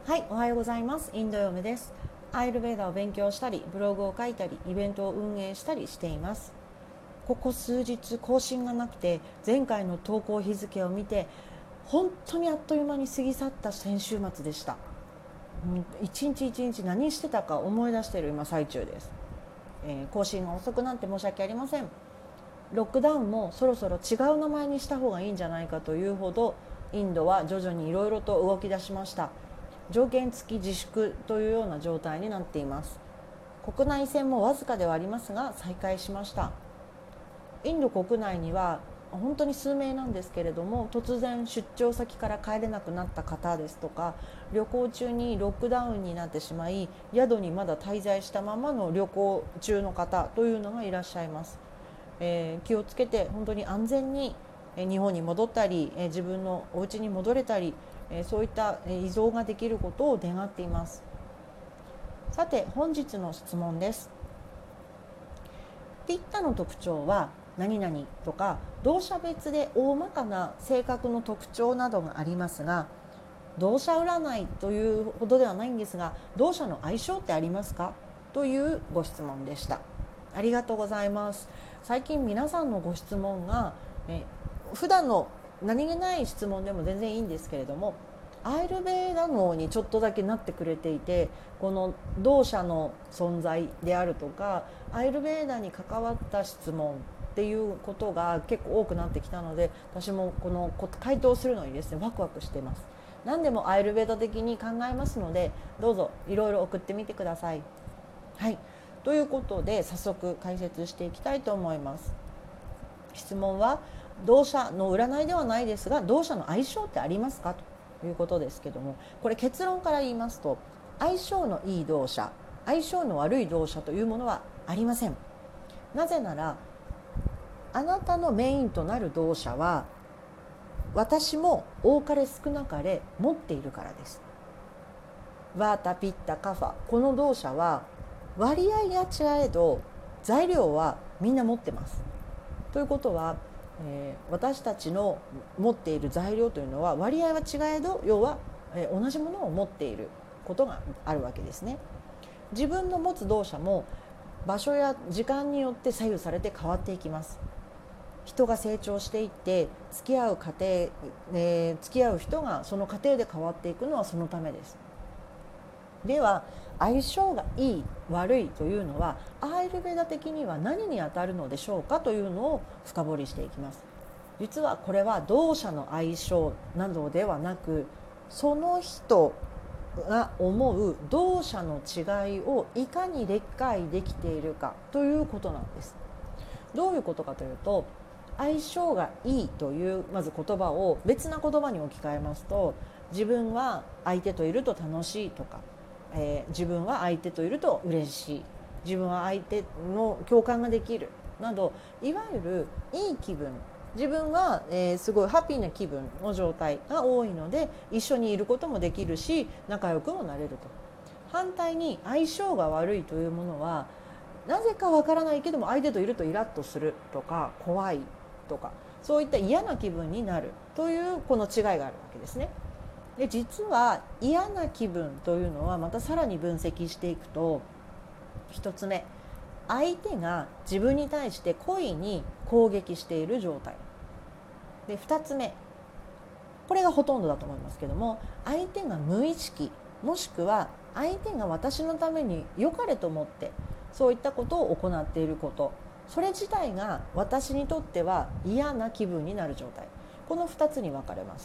はい、おはようございます。インド嫁です。アイルベーダを勉強したり、ブログを書いたり、イベントを運営したりしています。ここ数日更新がなくて、前回の投稿日付を見て本当にあっという間に過ぎ去った先週末でした。一日一日何してたか思い出している今最中です。更新が遅くなって申し訳ありません。ロックダウンもそろそろ違う名前にした方がいいんじゃないかというほど、インドは徐々にいろいろと動き出しました。条件付き自粛というような状態になっています。国内線もわずかではありますが再開しました。インド国内には本当に数名なんですけれども、突然出張先から帰れなくなった方ですとか、旅行中にロックダウンになってしまい宿にまだ滞在したままの旅行中の方というのがいらっしゃいます。気をつけて本当に安全に日本に戻ったり、自分のお家に戻れたり、そういった移動ができることを願っています。さて本日の質問です。ピッタの特徴は何々とか、動詞別で大まかな性格の特徴などがありますが、動詞占いというほどではないんですが、動詞の相性ってありますかというご質問でした。ありがとうございます。最近皆さんのご質問が、普段の何気ない質問でも全然いいんですけれども、アイルベーダ脳にちょっとだけなってくれていて、この動詞の存在であるとか、アイルベーダに関わった質問っていうことが結構多くなってきたので、私もこの回答するのにですね、ワクワクしています。何でもアイルベーダ的に考えますので、どうぞいろいろ送ってみてください。はい、ということで早速解説していきたいと思います。質問は動詞の占いではないですが、動詞の相性ってありますかということですけども、これ結論から言いますと、相性のいい動詞、相性の悪い動詞というものはありません。なぜなら、あなたのメインとなる動詞は私も多かれ少なかれ持っているからです。ワータ、ピッタ、カファ、この動詞は割合が違えど材料はみんな持ってます。ということは、私たちの持っている材料というのは割合は違えど、要は、同じものを持っていることがあるわけですね。自分の持つ動詞も場所や時間によって左右されて変わっていきます。人が成長していって付き合う過程、付き合う人がその過程で変わっていくのはそのためです。では相性がいい悪いというのはアイルベーダ的には何に当たるのでしょうかというのを深掘りしていきます。実はこれは動詞の相性などではなく、その人が思う動詞の違いをいかに理解できているかということなんです。どういうことかというと、相性がいいというまず言葉を別な言葉に置き換えますと、自分は相手といると楽しいとか、自分は相手といると嬉しい、自分は相手の共感ができるなど、いわゆるいい気分、自分は、すごいハッピーな気分の状態が多いので、一緒にいることもできるし仲良くもなれると。反対に相性が悪いというものは、なぜかわからないけども相手といるとイラッとするとか怖いとか、そういった嫌な気分になるというこの違いがあるわけですね。で実は嫌な気分というのはまたさらに分析していくと、一つ目、相手が自分に対して故意に攻撃している状態で、二つ目、これがほとんどだと思いますけども、相手が無意識、もしくは相手が私のために良かれと思ってそういったことを行っていること、それ自体が私にとっては嫌な気分になる状態、この2つに分かれます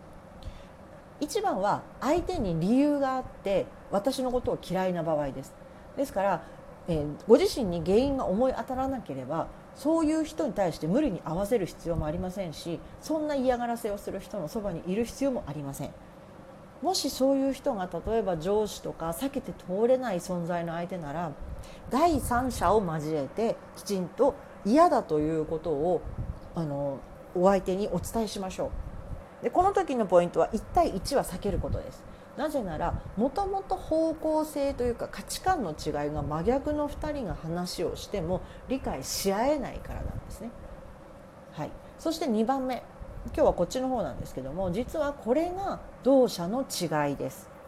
。1番は相手に理由があって私のことを嫌いな場合です。ですから、ご自身に原因が思い当たらなければそういう人に対して無理に合わせる必要もありませんし、そんな嫌がらせをする人のそばにいる必要もありません。もしそういう人が例えば上司とか避けて通れない存在の相手なら、第三者を交えてきちんと嫌だということをお相手にお伝えしましょう。でこの時のポイントは1対1は避けることです。なぜならもともと方向性というか価値観の違いが真逆の2人が話をしても理解し合えないからなんですね。はい、そして2番目、今日はこっちの方なんですけども、実はこれが動詞の違いです。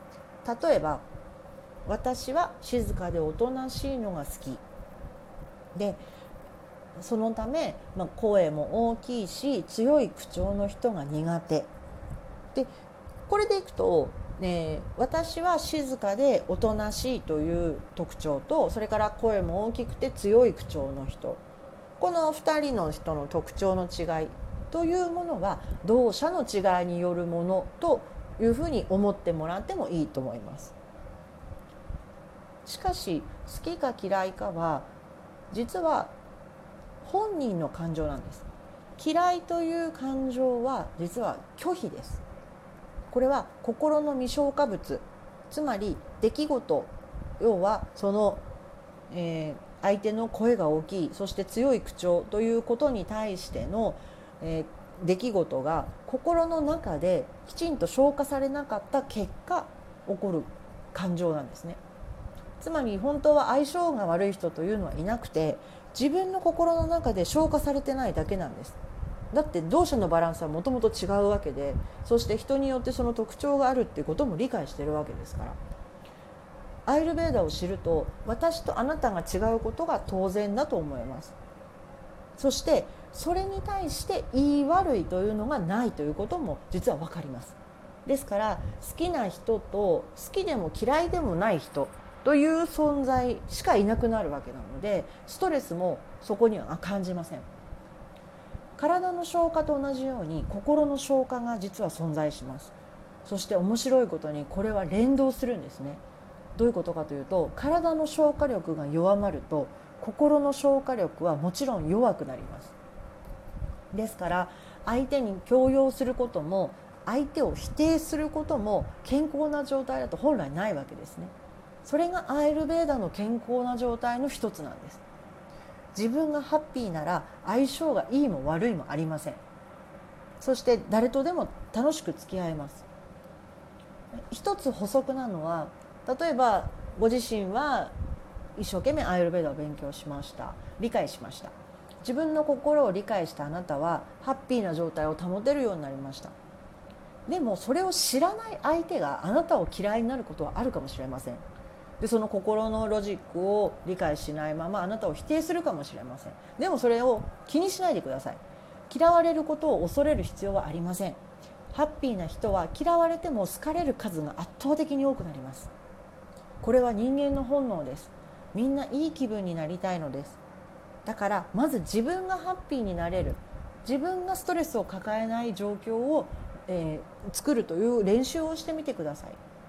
例えば私は静かでおとなしいのが好きで、そのため、声も大きいし強い口調の人が苦手で、これでいくと、私は静かでおとなしいという特徴と、それから声も大きくて強い口調の人、この2人の人の特徴の違いというものは動作の違いによるものというふうに思ってもらってもいいと思います。しかし好きか嫌いかは実は本人の感情なんです。嫌いという感情は実は拒否です。これは心の未消化物、つまり出来事、要はその、相手の声が大きい、そして強い口調ということに対しての、出来事が心の中できちんと消化されなかった結果起こる感情なんですね。つまり本当は相性が悪い人というのはいなくて、自分の心の中で消化されてないだけなんです。だって動作のバランスはもともと違うわけで、そして人によってその特徴があるっていうことも理解しているわけですから、アイルベーダを知ると私とあなたが違うことが当然だと思います。そしてそれに対して言い悪いというのがないということも実は分かります。ですから好きな人と好きでも嫌いでもない人という存在しかいなくなるわけなので、ストレスもそこには感じません。体の消化と同じように心の消化が実は存在します。そして面白いことにこれは連動するんですね。どういうことかというと、体の消化力が弱まると心の消化力はもちろん弱くなります。ですから相手に強要することも相手を否定することも健康な状態だと本来ないわけですね。それがアイルベーダの健康な状態の一つなんです。自分がハッピーなら相性がいいも悪いもありません。そして誰とでも楽しく付き合えます。一つ補足なのは、例えばご自身は一生懸命アイルベーダを勉強しました、理解しました。自分の心を理解したあなたはハッピーな状態を保てるようになりました。でもそれを知らない相手があなたを嫌いになることはあるかもしれません。でその心のロジックを理解しないままあなたを否定するかもしれません。でもそれを気にしないでください。嫌われることを恐れる必要はありません。ハッピーな人は嫌われても好かれる数が圧倒的に多くなります。これは人間の本能です。みんないい気分になりたいのです。だからまず自分がハッピーになれる、自分がストレスを抱えない状況を、作るという練習をしてみてください。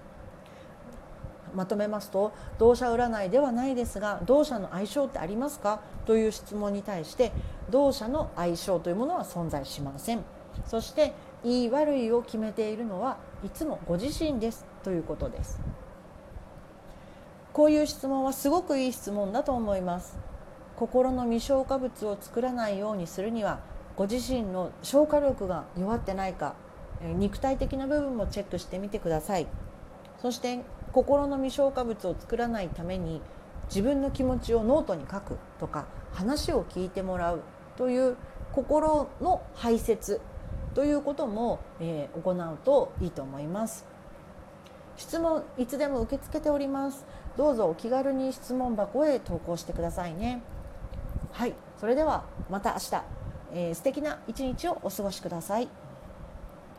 まとめますと、動作占いではないですが動作の相性ってありますかという質問に対して動作の相性というものは存在しません。そしていい悪いを決めているのはいつもご自身ですということです。こういう質問はすごくいい質問だと思います。心の未消化物を作らないようにするにはご自身の消化力が弱ってないか、肉体的な部分もチェックしてみてください。そして心の未消化物を作らないために自分の気持ちをノートに書くとか話を聞いてもらうという心の排泄ということも、行うといいと思います。質問いつでも受け付けております。どうぞお気軽に質問箱へ投稿してくださいね。はい、それではまた明日、素敵な一日をお過ごしください。